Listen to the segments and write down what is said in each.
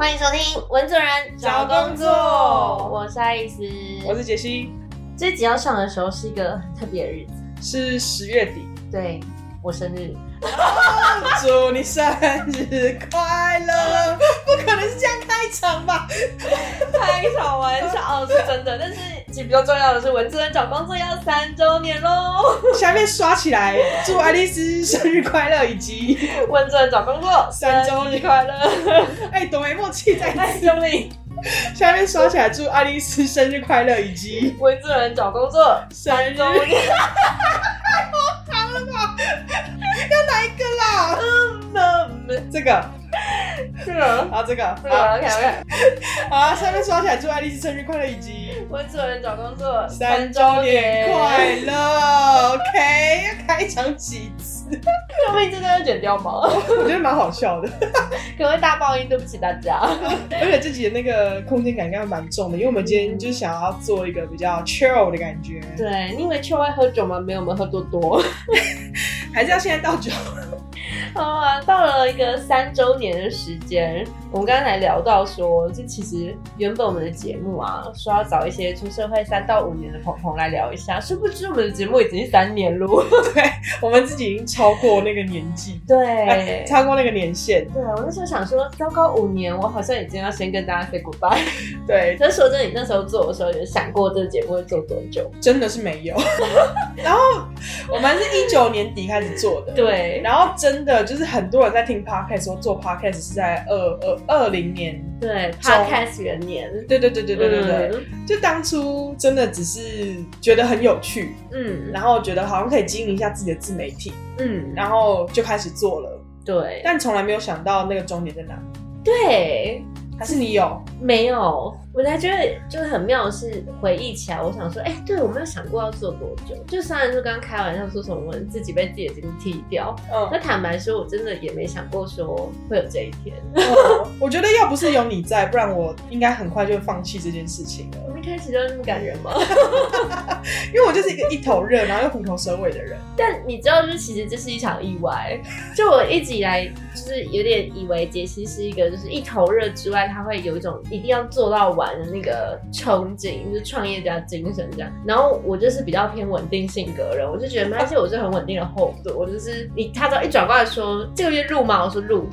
欢迎收听《文主人找工作》， 我是爱丽丝， 我是杰西。 这集要上的时候是一个很特别的日子， 是10月底， 对我生日。 祝你生日快乐！不可能是这样开场吧？ 开场玩笑是真的，但是比较重要的是，文主人找工作要3周年咯。 下面刷起来，祝爱丽丝生日快乐，以及文主人找工作 3周年快乐。 哎，懂没默契再一次。 救命！ 下面刷起来，祝爱丽丝生日快乐，以及文主人找工作 3周年。太荒唐了吧？要哪一个啦？这个，好，这个 ，OK。 好啊，下面刷起来，祝爱丽丝生日快乐，以及文主人找工作 3周年快乐。OK， 要开场几次？ 救命！这段要剪掉吗？ 我觉得蛮好笑的， 可能会大爆音，对不起大家。 而且这集的那个空间感应该蛮重的，因为我们今天就是想要做一个比较 chill 的感觉。 对，你以为 chill 会喝酒吗？没有，我们喝多多。 还是要现在倒酒？ 好啊，到了一个3周年的时间，我们刚才聊到说，这其实原本我们的节目啊，说要找一些出社会3到5年的朋友来聊一下，殊不知我们的节目已经3年了。 对，我们自己已经超过那个年纪， 对， 超过那个年限。 对，我那时候想说，糟糕，5年，我好像已经要先跟大家 say goodbye。 对， 可是说真的，你那时候做的时候，有想过这个节目会做多久？ 真的是没有。然后我们是19年底开始做的， 对， 然后真的就是很多人在听 podcast 说做 podcast 是在2020年， 对 podcast 元年， 对，就当初真的只是觉得很有趣，然后觉得好像可以经营一下自己的自媒体，然后就开始做了， 对， 但从来没有想到那个终点在哪。 对， 还是你有？ 没有，我才觉得就是很妙的是，回忆起来，我想说，对，我没有想过要做多久。就虽然说刚刚开玩笑说什么我们自己被自己的节目踢掉，那坦白说，我真的也没想过说会有这一天。 我觉得要不是有你在，不然我应该很快就会放弃这件事情了。 我们一开始就那么感人吗？ 因为我就是一个一头热，然后又虎头蛇尾的人。 但你知道，就是其实这是一场意外。就我一直以来就是有点以为杰西是一个就是一头热之外，他会有一种一定要做到完的那个憧憬，就是创业家精神这样。然后我就是比较偏稳定性格人，我就觉得没关系，我是很稳定的后盾。我就是他只要一转过来说这个月录吗？我说录。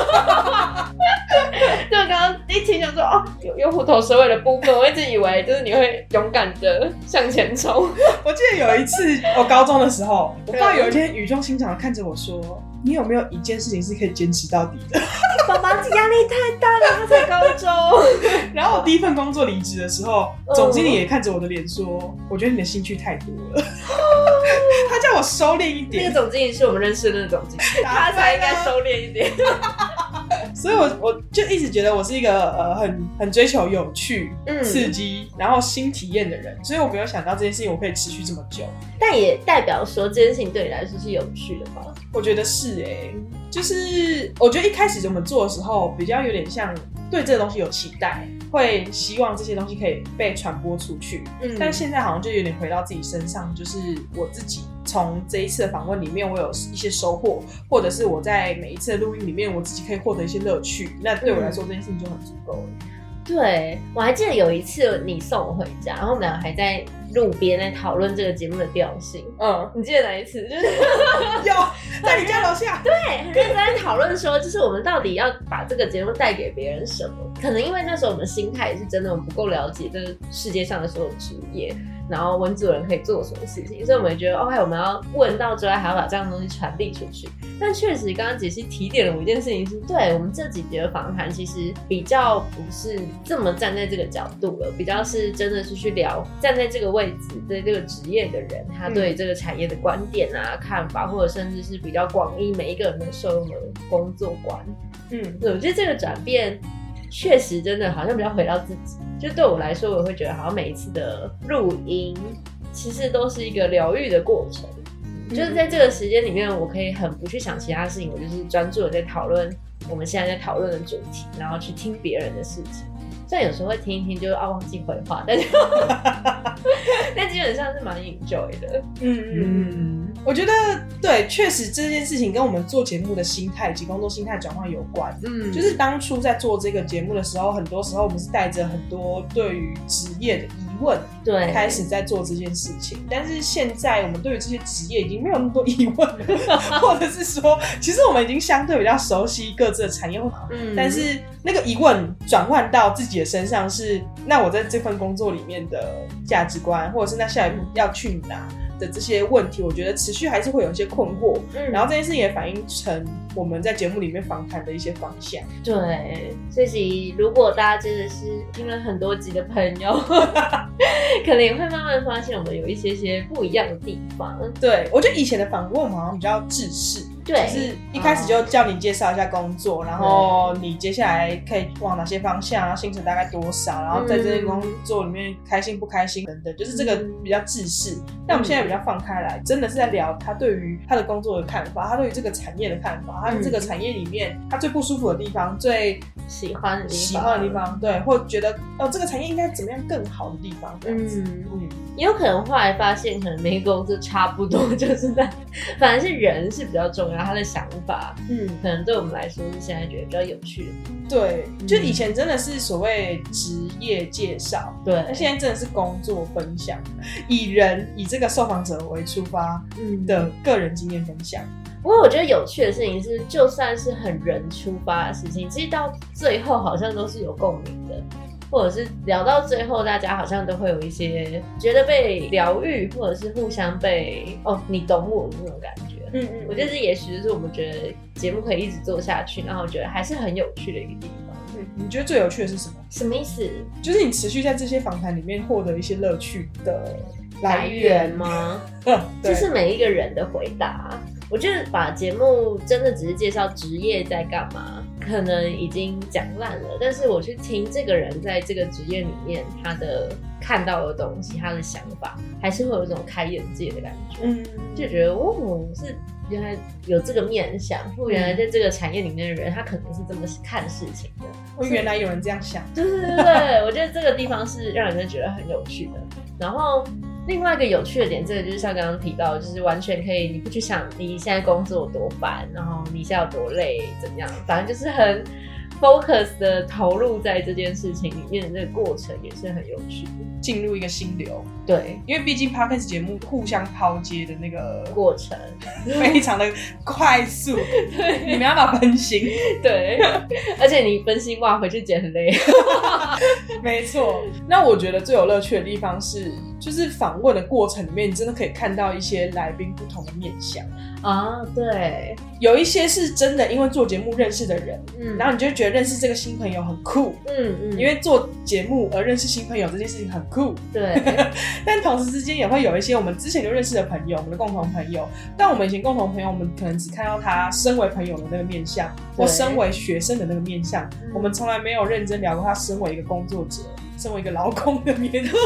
就刚刚一听就说有虎头蛇尾的部分，我一直以为就是你会勇敢的向前冲。 我记得有一次我高中的时候，我爸有一天语重心长的看着我说，你有没有一件事情是可以坚持到底的？ 爸爸压力太大了，他才高中。 然后我第一份工作离职的时候，总经理也看着我的脸说，我觉得你的兴趣太多了。他叫我收敛一点。 那个总经理是我们认识的那个总经理，他才应该收敛一点。 所以我就一直觉得我是一个很追求有趣、刺激，然后新体验的人，所以我没有想到这件事情我可以持续这么久。 但也代表说这件事情对你来说是有趣的吧？ 我觉得是就是我觉得一开始我们做的时候比较有点像对这个东西有期待，会希望这些东西可以被传播出去，但现在好像就有点回到自己身上，就是我自己从这一次的访问里面我有一些收获，或者是我在每一次的录音里面我自己可以获得一些乐趣，那对我来说这件事情就很足够了。 对，我还记得有一次你送我回家，然后我们俩还在路边在讨论这个节目的调性。你记得哪一次？就是有在你家楼下， 对，很认真在讨论说，就是我们到底要把这个节目带给别人什么？可能因为那时候我们心态也是真的，我们不够了解这个世界上的所有职业，然后文主人可以做什么事情，所以我们觉得 OK， 我们要问到之外，还要把这样的东西传递出去。但确实，刚刚杰西提点了我一件事情是，对我们这几节的访谈其实比较不是这么站在这个角度了，比较是真的是去聊站在这个位置对这个职业的人，他对这个产业的观点啊、看法，或者甚至是比较广义每一个人的受用的工作观。对，我觉得这个转变确实真的好像比较回到自己，就对我来说，我会觉得好像每一次的录音其实都是一个疗愈的过程。就是在这个时间里面，我可以很不去想其他事情，我就是专注的在讨论我们现在在讨论的主题，然后去听别人的事情。虽然有时候会听一听就忘记回话，但基本上是蛮 enjoy 的。 我觉得对，确实这件事情跟我们做节目的心态以及工作心态转换有关。就是当初在做这个节目的时候，很多时候我们是带着很多对于职业的疑问，对，开始在做这件事情。但是现在我们对于这些职业已经没有那么多疑问了，或者是说，其实我们已经相对比较熟悉各自的产业，但是那个疑问转换到自己的身上是，那我在这份工作里面的价值观，或者是那下一步要去哪的这些问题，我觉得持续还是会有一些困惑。然后这件事情也反映成我们在节目里面访谈的一些方向。 对，所以如果大家真的是听了很多集的朋友，可能也会慢慢发现我们有一些不一样的地方。 对，我觉得以前的访问我们好像比较制式。对，就是一开始就叫你介绍一下工作，然后你接下来可以往哪些方向，然后薪水大概多少，然后在这些工作里面开心不开心等等，就是这个比较制式。但我们现在比较放开来，真的是在聊他对于他的工作的看法，他对于这个产业的看法，他这个产业里面他最不舒服的地方，最喜欢的地方，对，或觉得这个产业应该怎么样更好的地方，这样子。 也有可能后来发现，可能每个工作差不多，就是在反而是人是比较重要，他的想法，可能对我们来说是现在觉得比较有趣的。 对，就以前真的是所谓职业介绍，对，那现在真的是工作分享，以这个受访者为出发的个人经验分享。 不过我觉得有趣的事情是，就算是很人出发的事情，其实到最后好像都是有共鸣的。或者是聊到最后，大家好像都会有一些觉得被疗愈，或者是互相被你懂我的那种感觉。我觉得这也许是我们觉得节目可以一直做下去，然后觉得还是很有趣的一个地方。 你觉得最有趣的是什么？ 什么意思？ 就是你持续在这些访谈里面获得一些乐趣的来源吗？这是每一个人的回答。我觉得把节目真的只是介绍职业在干嘛，可能已经讲烂了，但是我去听这个人在这个职业里面他的看到的东西，他的想法，还是会有一种开眼界的感觉。就觉得是原来有这个面向，或原来在这个产业里面的人，他可能是这么看事情的。 原来有人这样想。 对，我觉得这个地方是让人觉得很有趣的。然后另外一个有趣的点，这个就是像刚刚提到，就是完全可以，你不去想你现在工作有多烦，然后你现在有多累，怎么样，反正就是很 focus 的投入在这件事情里面的这个过程也是很有趣的， 进入一个心流。 对， 因为毕竟 Podcast 节目互相抛接的那个过程非常的快速，对，你没办法分心， 对，而且你分心哇，回去剪很累。 没错。那我觉得最有乐趣的地方是，就是访问的过程里面，你真的可以看到一些来宾不同的面向啊。对， 有一些是真的因为做节目认识的人，然后你就会觉得认识这个新朋友很酷，因为做节目而认识新朋友这件事情很酷，对。但同时之间也会有一些我们之前就认识的朋友，我们的共同朋友，但我们以前共同朋友，我们可能只看到他身为朋友的那个面向，或身为学生的那个面向，我们从来没有认真聊过他身为一个工作者，身为一个劳工的面向。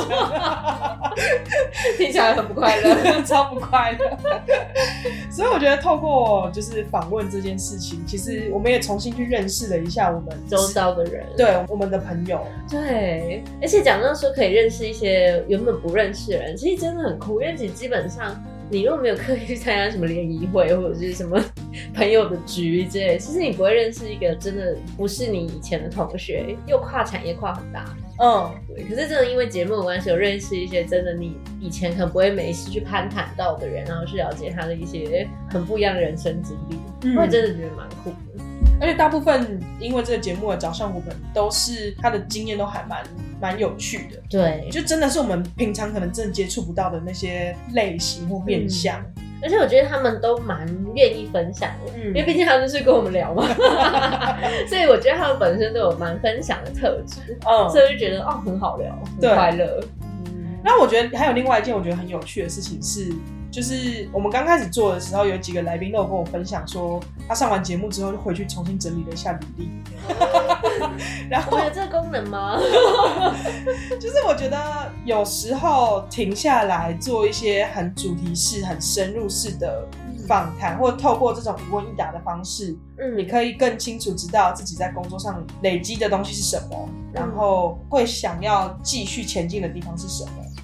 听起来很不快乐， 超不快乐。所以我觉得透过就是访问这件事情，其实我们也重新去认识了一下我们周遭的人， 对我们的朋友。 对，而且讲到说可以认识一些原本不认识的人，其实真的很酷，因为其实基本上你如果没有刻意去参加什么联谊会或者是什么朋友的局之类，其实你不会认识一个真的不是你以前的同学，又跨产业跨很大。对。可是真的因为节目的关系，有认识一些真的你以前可能不会没事去攀谈到的人，然后去了解他的一些很不一样的人生经历，会真的觉得蛮酷的。 而且大部分因为这个节目的找上我们，都是他的经验都还蛮有趣的。 对， 就真的是我们平常可能真的接触不到的那些类型或面向。 而且我觉得他们都蛮愿意分享的，因为毕竟他们是跟我们聊嘛，所以我觉得他们本身都有蛮分享的特质，所以我就觉得很好聊，很快乐。 那我觉得还有另外一件我觉得很有趣的事情是，就是我们刚开始做的时候，有几个来宾都有跟我分享说，他上完节目之后就回去重新整理了一下履历。然后我有这个功能吗？ 就是我觉得有时候停下来做一些很主题式、很深入式的访谈，或者透过这种一问一答的方式，你可以更清楚知道自己在工作上累积的东西是什么，然后会想要继续前进的地方是什么。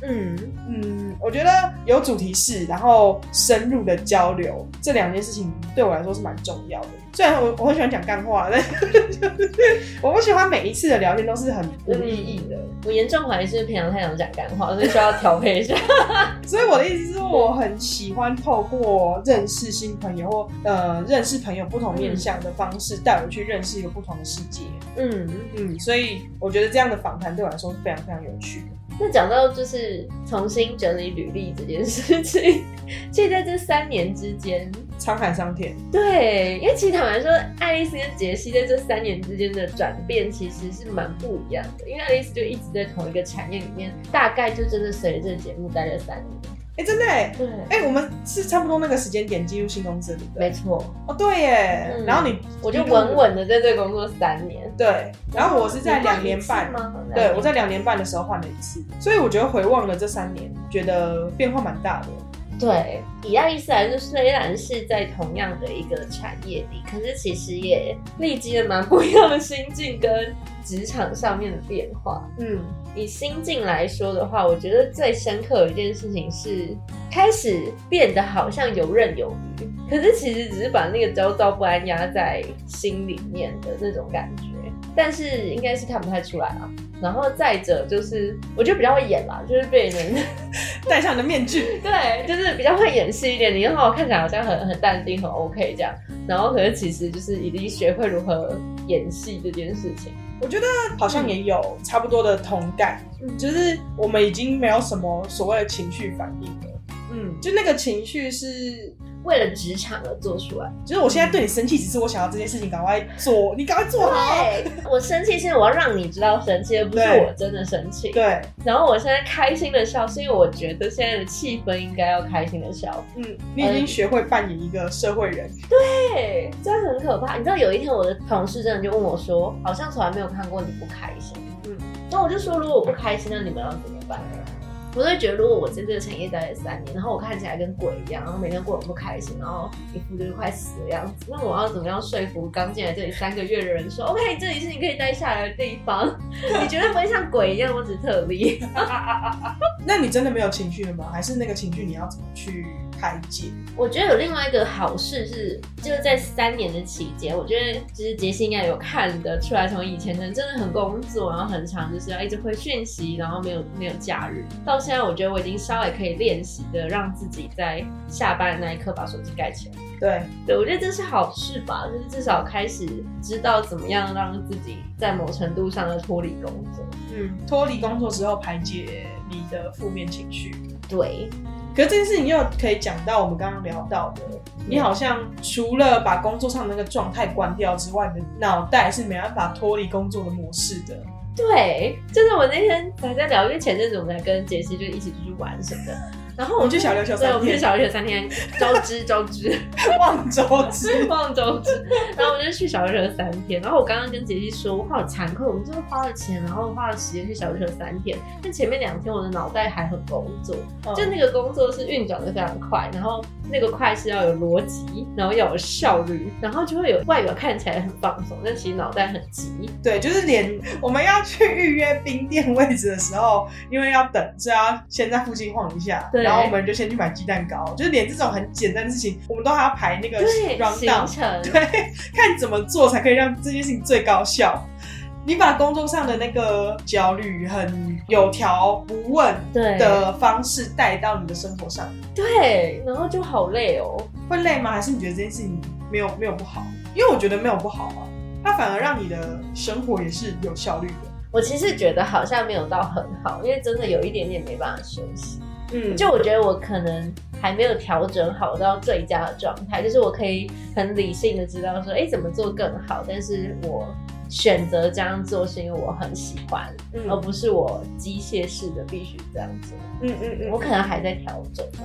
我觉得有主题式，然后深入的交流，这2件事情对我来说是蛮重要的。虽然我很喜欢讲干话，但我不喜欢每一次的聊天都是很无意义的。 我严重怀疑是平常太想讲干话，所以需要调配一下。 所以我的意思是，我很喜欢透过认识新朋友或认识朋友不同面向的方式，带我去认识一个不同的世界。所以我觉得这样的访谈对我来说是非常非常有趣的。 那讲到就是重新整理履历这件事情，其实在这3年之间， 沧海桑田。 对，因为其实坦白说，爱丽丝跟杰西在这3年之间的转变其实是蛮不一样的。因为爱丽丝就一直在同一个产业里面，大概就真的随着这个节目待了3年。 真的耶。 对， 我们是差不多那个时间点进入新公司，对不对？ 没错。 对耶。然后我就稳稳的在这个工作3年。 对，然后我是在2年半吗？ 对，我在2年半的时候换了1次，所以我觉得回望了这3年，觉得变化蛮大的。 对，以爱丽丝来说，虽然是在同样的一个产业里，可是其实也历经了蛮不一样的心境跟职场上面的变化。以心境来说的话，我觉得最深刻的一件事情是开始变得好像游刃有余，可是其实只是把那个焦躁不安压在心里面的那种感觉，但是应该是看不太出来啦。然后再者就是，我觉得比较会演啦，就是被人戴上你的面具， 对，就是比较会演戏一点。你看我看起来好像很淡定，很 OK 这样，然后可是其实就是已经学会如何演戏这件事情。 我觉得好像也有差不多的同感，就是我们已经没有什么所谓的情绪反应了。就那个情绪是为了职场而做出来， 就是我现在对你生气，只是我想要这件事情赶快做，你赶快做好。 我生气是因为我要让你知道生气，而不是我真的生气。 对。 然后我现在开心的笑，是因为我觉得现在的气氛应该要开心的笑。 你已经学会扮演一个社会人。 对，这样很可怕。你知道有一天我的同事真的就问我说，好像从来没有看过你不开心。那我就说，如果我不开心，那你们要怎么办呢？我会觉得，如果我在这个产业待了3年，然后我看起来跟鬼一样，然后每天过得不开心，然后一副就是快死的样子，那我要怎么样说服刚进来这里3个月的人说 ，OK， 这里是你可以待下来的地方，你绝对不会像鬼一样，我只特例。 那你真的没有情绪了吗？还是那个情绪你要怎么去排解？ 我觉得有另外一个好事是，就是在3年的期间，我觉得就是杰西应该有看得出来，从以前的人真的很工作，然后很长就是要一直回讯息，然后没有假日，到现在我觉得我已经稍微可以练习的让自己在下班的那一刻把手机盖起来。对，我觉得这是好事吧，就是至少开始知道怎么样让自己在某程度上的脱离工作。 脱离工作之后排解你的负面情绪。 对。 可是这件事情又可以讲到我们刚刚聊到的，你好像除了把工作上的那个状态关掉之外，你的脑袋是没办法脱离工作的模式的。 对，就是我那天还在聊，因为前阵子我们在跟杰西就一起出去玩什么的，然后我们去小琉球3天， 对，我们去小琉球3天，招之， 望周知， 望周知。然后我们就去小琉球3天，然后我刚刚跟杰西说，我好惭愧，我们就是花了钱，然后花了时间去小琉球3天，但前面2天我的脑袋还很工作，就那个工作是运转的非常快，然后那个快是要有逻辑，然后要有效率，然后就会有外表看起来很放松，但其实脑袋很急。 对，就是连我们要去预约冰店位置的时候，因为要等，所以要先在附近晃一下，然后我们就先去买鸡蛋糕，就是连这种很简单的事情，我们都还要排那个 rundown， 行程， 对，看怎么做才可以让这件事情最高效。你把工作上的那个焦虑很有条不紊的方式带到你的生活上， 对，然后就好累哦。 会累吗？还是你觉得这件事情没有不好？因为我觉得没有不好啊，它反而让你的生活也是有效率的。 我其实觉得好像没有到很好，因为真的有一点点没办法休息。就我觉得我可能还没有调整好到最佳的状态，就是我可以很理性的知道说，怎么做更好，但是我选择这样做是因为我很喜欢，而不是我机械式的必须这样做。我可能还在调整吧。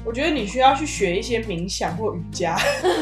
我觉得你需要去学一些冥想或瑜伽。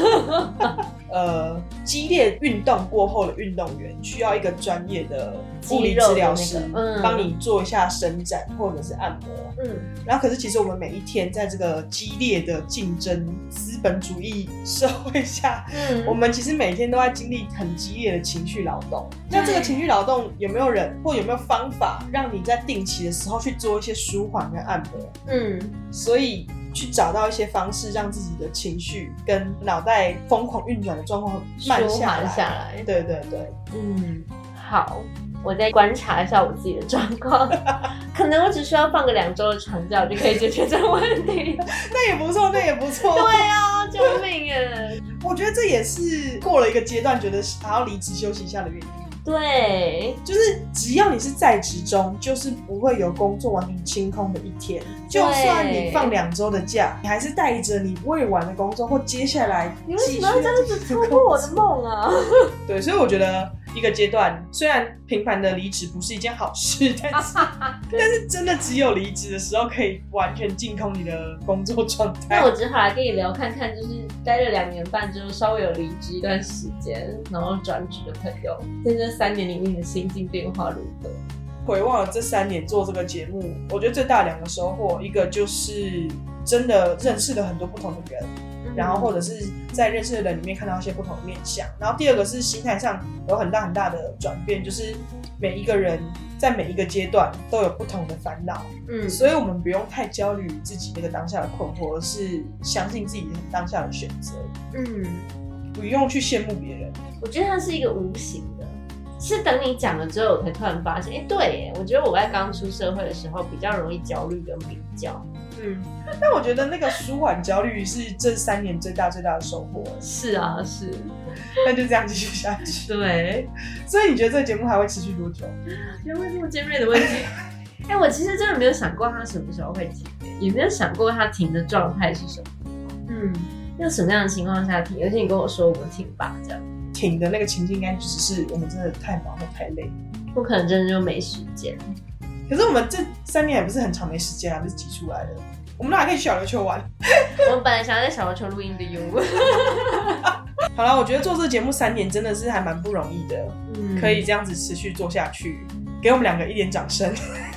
激烈运动过后的运动员需要一个专业的物理治疗师帮你做一下伸展或者是按摩。然后可是其实我们每一天在这个激烈的竞争资本主义社会下，我们其实每天都在经历很激烈的情绪劳动。那这个情绪劳动有没有人或有没有方法让你在定期的时候去做一些舒缓跟按摩？所以去找到一些方式，让自己的情绪跟脑袋疯狂运转的状况慢下来。对对对， 好，我再观察一下我自己的状况，可能我只需要放个2周的长假，我就可以解决这个问题。 那也不错，那也不错。 对啊，救命耶！ 我觉得这也是过了一个阶段，觉得还要离职休息一下的原因。 对， 就是只要你是在职中，就是不会有工作完全清空的一天。就算你放2周的假，你还是带着你未完的工作或接下来你为什么要这样子突破我的梦啊？ 对，所以我觉得一个阶段，虽然频繁的离职不是一件好事，但是真的只有离职的时候可以完全净空你的工作状态。 那我只好来跟你聊看看，就是待了2年半之后稍微有离职一段时间，然后转职的朋友，在这3年里面的心境变化如何？ 回望了这3年做这个节目，我觉得最大的2个收获，一个就是真的认识了很多不同的人，然后或者是在认识的人里面看到一些不同的面向，然后第2个是心态上有很大的转变，就是每一个人在每一个阶段都有不同的烦恼，所以我们不用太焦虑自己那个当下的困惑，而是相信自己当下的选择，不用去羡慕别人。 我觉得它是一个无形的，是等你讲了之后，我才突然发现，对耶，我觉得我在刚出社会的时候比较容易焦虑跟比较。 但我觉得那个舒缓焦虑是这3年最大的收获。 是啊，是。 那就这样继续下去。 对。 所以你觉得这个节目还会持续多久？ 不要问这么尖锐的问题。我其实真的没有想过它什么时候会停，也没有想过它停的状态是什么。用什么样的情况下停？而且你跟我说我们停吧，这样。 停的那个情境应该只是我们真的太忙或太累， 我可能真的就没时间。 可是我们这3年也不是很长没时间啊，不是挤出来的。我们都还可以去小琉球玩。 我们本来想要在小琉球录音的哟。 好了，我觉得做这个节目3年真的是还蛮不容易的，可以这样子持续做下去，给我们2个一点掌声。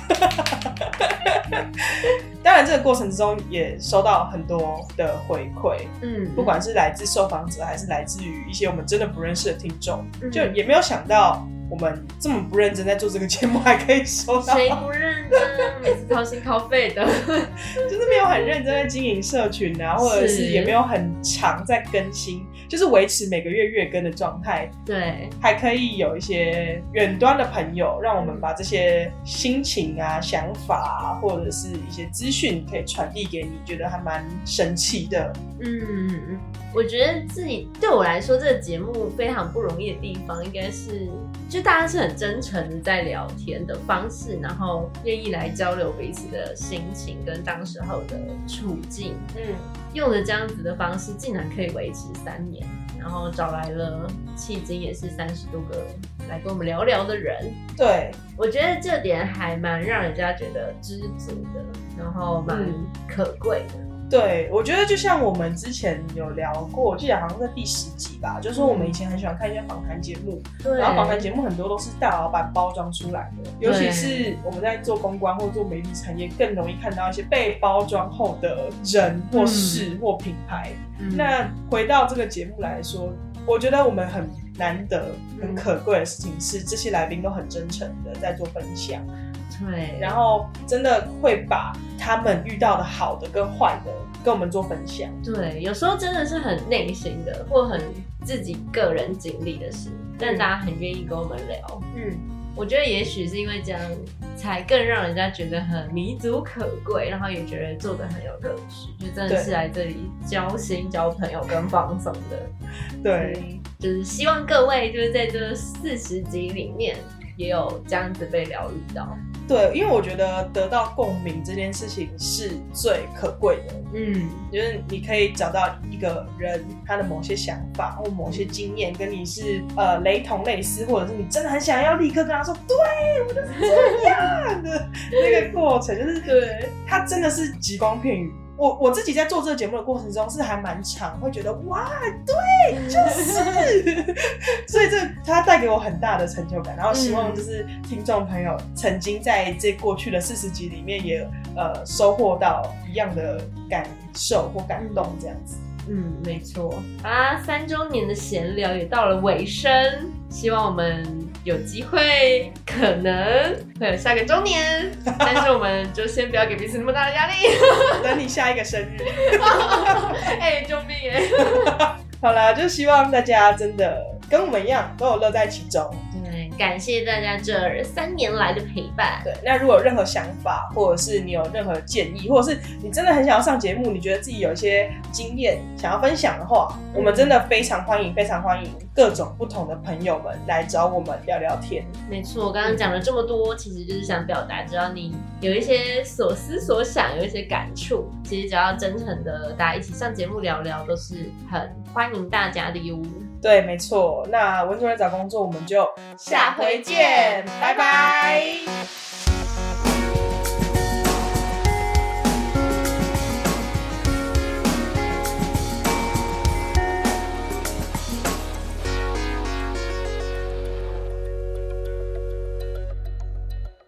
当然这个过程之中也收到很多的回馈，不管是来自受访者还是来自于一些我们真的不认识的听众，就也没有想到我们这么不认真在做这个节目还可以收到。 谁不认真？每次掏心掏肺的。 就是没有很认真在经营社群啊，或者是也没有很常在更新，就是维持每个月月更的状态。 对， 还可以有一些远端的朋友让我们把这些心情啊、想法啊，或者是一些资讯可以传递给你，觉得还蛮神奇的。 我觉得自己对我来说，这个节目非常不容易的地方，应该是就大家是很真诚的在聊天的方式，然后愿意来交流彼此的心情跟当时候的处境。用的这样子的方式，竟然可以维持3年，然后找来了迄今也是30多个来跟我们聊聊的人。 对， 我觉得这点还蛮让人家觉得知足的，然后蛮可贵的。 对，我觉得就像我们之前有聊过，我记得好像在第10集吧，就是说我们以前很喜欢看一些访谈节目，然后访谈节目很多都是大老板包装出来的，尤其是我们在做公关或做媒体产业，更容易看到一些被包装后的人或事或品牌。那回到这个节目来说，我觉得我们很难得、很可贵的事情是，这些来宾都很真诚的在做分享。 对， 然后真的会把他们遇到的好的跟坏的跟我们做分享。 对，有时候真的是很内心的或很自己个人经历的事，但大家很愿意跟我们聊。我觉得也许是因为这样，才更让人家觉得很弥足可贵，然后也觉得做得很有乐趣，就真的是来这里交心、交朋友跟放松的。 对， 就是希望各位就是在这40集里面也有这样子被疗愈到。 对，因为我觉得得到共鸣这件事情是最可贵的。就是你可以找到一个人他的某些想法或某些经验跟你是雷同类似，或者是你真的很想要立刻跟他说对我就是这样的那个过程，就是对他真的是极光片语， 我自己在做这个节目的过程中是还蛮长，会觉得哇，对，就是，所以它带给我很大的成就感，然后希望就是听众朋友曾经在这过去的40集里面也收获到一样的感受或感动这样子。 没错。好啦，3周年的闲聊也到了尾声，希望我们有机会可能会有下个周年，但是我们就先不要给彼此那么大的压力。 等你下一个生日。 救命耶！ 好啦，就希望大家真的跟我们一样都有乐在其中。 对，感谢大家这3年来的陪伴。 对，那如果有任何想法，或者是你有任何建议，或者是你真的很想要上节目，你觉得自己有一些经验想要分享的话，我们真的非常欢迎各种不同的朋友们来找我们聊聊天。 没错，我刚刚讲了这么多，其实就是想表达，只要你有一些所思所想，有一些感触，其实只要真诚的大家一起上节目聊聊，都是很欢迎大家的哟。 对，没错。那文主任找工作，我们就下回见，拜拜。